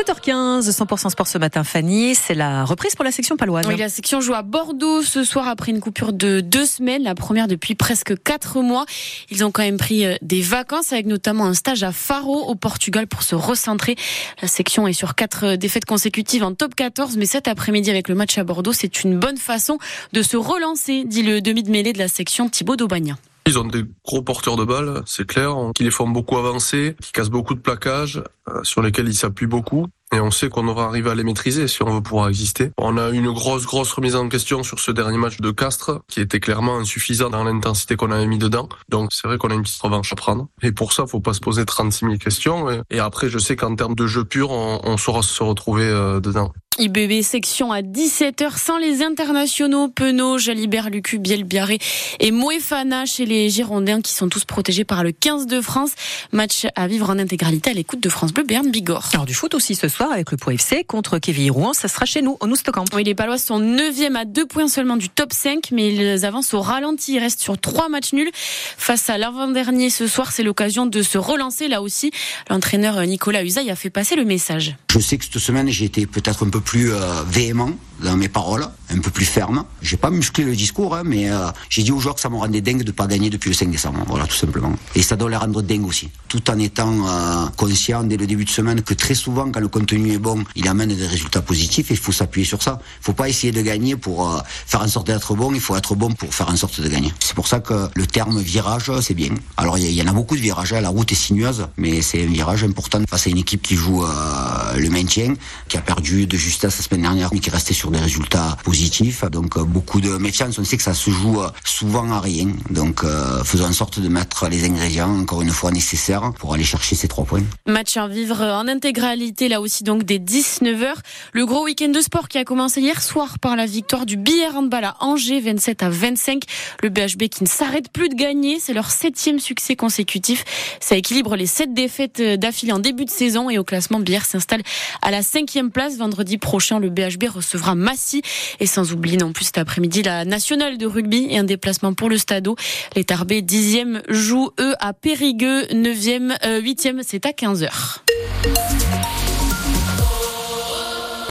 7h15, 100% sport ce matin, Fanny. C'est la reprise pour la section paloise. Oui, la section joue à Bordeaux ce soir après une coupure de 2 semaines. La première depuis presque 4 mois. Ils ont quand même pris des vacances avec notamment un stage à Faro au Portugal pour se recentrer. La section est sur 4 défaites consécutives en top 14, mais cet après-midi avec le match à Bordeaux, c'est une bonne façon de se relancer, dit le demi de mêlée de la section Thibaut Daubagnin. Ils ont des gros porteurs de balles, c'est clair, qui les font beaucoup avancer, qui cassent beaucoup de plaquages, sur lesquels ils s'appuient beaucoup. Et on sait qu'on aura arrivé à les maîtriser si on veut pouvoir exister. On a une grosse remise en question sur ce dernier match de Castres, qui était clairement insuffisant dans l'intensité qu'on avait mis dedans. Donc c'est vrai qu'on a une petite revanche à prendre. Et pour ça, faut pas se poser 36 000 questions. Et après, je sais qu'en termes de jeu pur, on saura se retrouver dedans. IBB section à 17h sans les internationaux Penaud, Jalibert, Lucu, Biel-Biarré et Moefana chez les Girondins qui sont tous protégés par le 15 de France. Match à vivre en intégralité à l'écoute de France Bleu Béarn Bigorre. Alors du foot aussi ce soir avec le Pau FC contre Quevilly-Rouen, ça sera chez nous au Noustecamp. Oui, les Palois sont 9e à 2 points seulement du top 5, mais ils avancent au ralenti. Ils restent sur 3 matchs nuls. Face à l'avant-dernier ce soir, c'est l'occasion de se relancer là aussi. L'entraîneur Nicolas Usaï a fait passer le message. Je sais que cette semaine, j'ai été peut-être un peu plus véhément dans mes paroles, un peu plus ferme. J'ai pas musclé le discours, mais j'ai dit aux joueurs que ça me rendait dingue de pas gagner depuis le 5 décembre. Voilà, tout simplement. Et ça doit les rendre dingues aussi. Tout en étant conscient dès le début de semaine que très souvent, quand le contenu est bon, il amène des résultats positifs et il faut s'appuyer sur ça. Il faut pas essayer de gagner pour faire en sorte d'être bon, il faut être bon pour faire en sorte de gagner. C'est pour ça que le terme virage, c'est bien. Alors il y en a beaucoup de virages, la route est sinueuse, mais c'est un virage important face à une équipe qui joue le maintien, qui a perdu de justesse la semaine dernière, mais qui est resté sur des résultats positifs. Donc beaucoup de méfiance, on sait que ça se joue souvent à rien. Donc faisons en sorte de mettre les ingrédients, encore une fois, nécessaires pour aller chercher ces 3 points. Match à vivre en intégralité, là aussi donc dès 19h. Le gros week-end de sport qui a commencé hier soir par la victoire du billard handball à Angers, 27-25. Le BHB qui ne s'arrête plus de gagner, c'est leur 7e succès consécutif. Ça équilibre les 7 défaites d'affilée en début de saison et au classement, Billard s'installe à la 5e place. Vendredi prochain, le BHB recevra Massy et sans oublier non plus cet après-midi la nationale de rugby et un déplacement pour le Stadeau. Les Tarbés 10e jouent eux à Périgueux, 9e, 8e c'est à 15h.